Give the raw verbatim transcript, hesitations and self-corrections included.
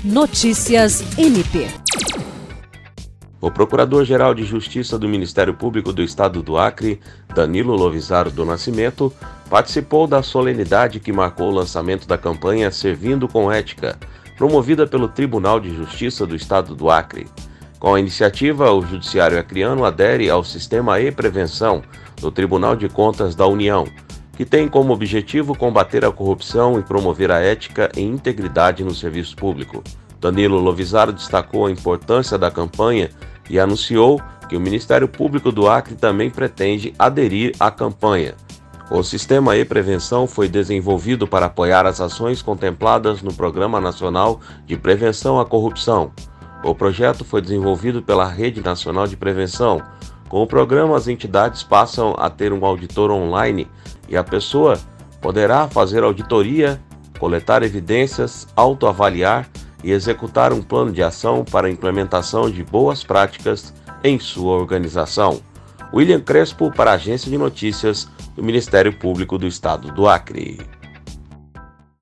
Notícias M P. O Procurador-Geral de Justiça do Ministério Público do Estado do Acre, Danilo Lovisaro do Nascimento, participou da solenidade que marcou o lançamento da campanha Servindo com Ética, promovida pelo Tribunal de Justiça do Estado do Acre. Com a iniciativa, o Judiciário acreano adere ao Sistema e-Prevenção do Tribunal de Contas da União, que tem como objetivo combater a corrupção e promover a ética e integridade no serviço público. Danilo Lovisaro destacou a importância da campanha e anunciou que o Ministério Público do Acre também pretende aderir à campanha. O Sistema e-Prevenção foi desenvolvido para apoiar as ações contempladas no Programa Nacional de Prevenção à Corrupção. O projeto foi desenvolvido pela Rede Nacional de Prevenção. Com o programa, as entidades passam a ter um auditor online e a pessoa poderá fazer auditoria, coletar evidências, autoavaliar e executar um plano de ação para a implementação de boas práticas em sua organização. William Crespo, para a Agência de Notícias do Ministério Público do Estado do Acre.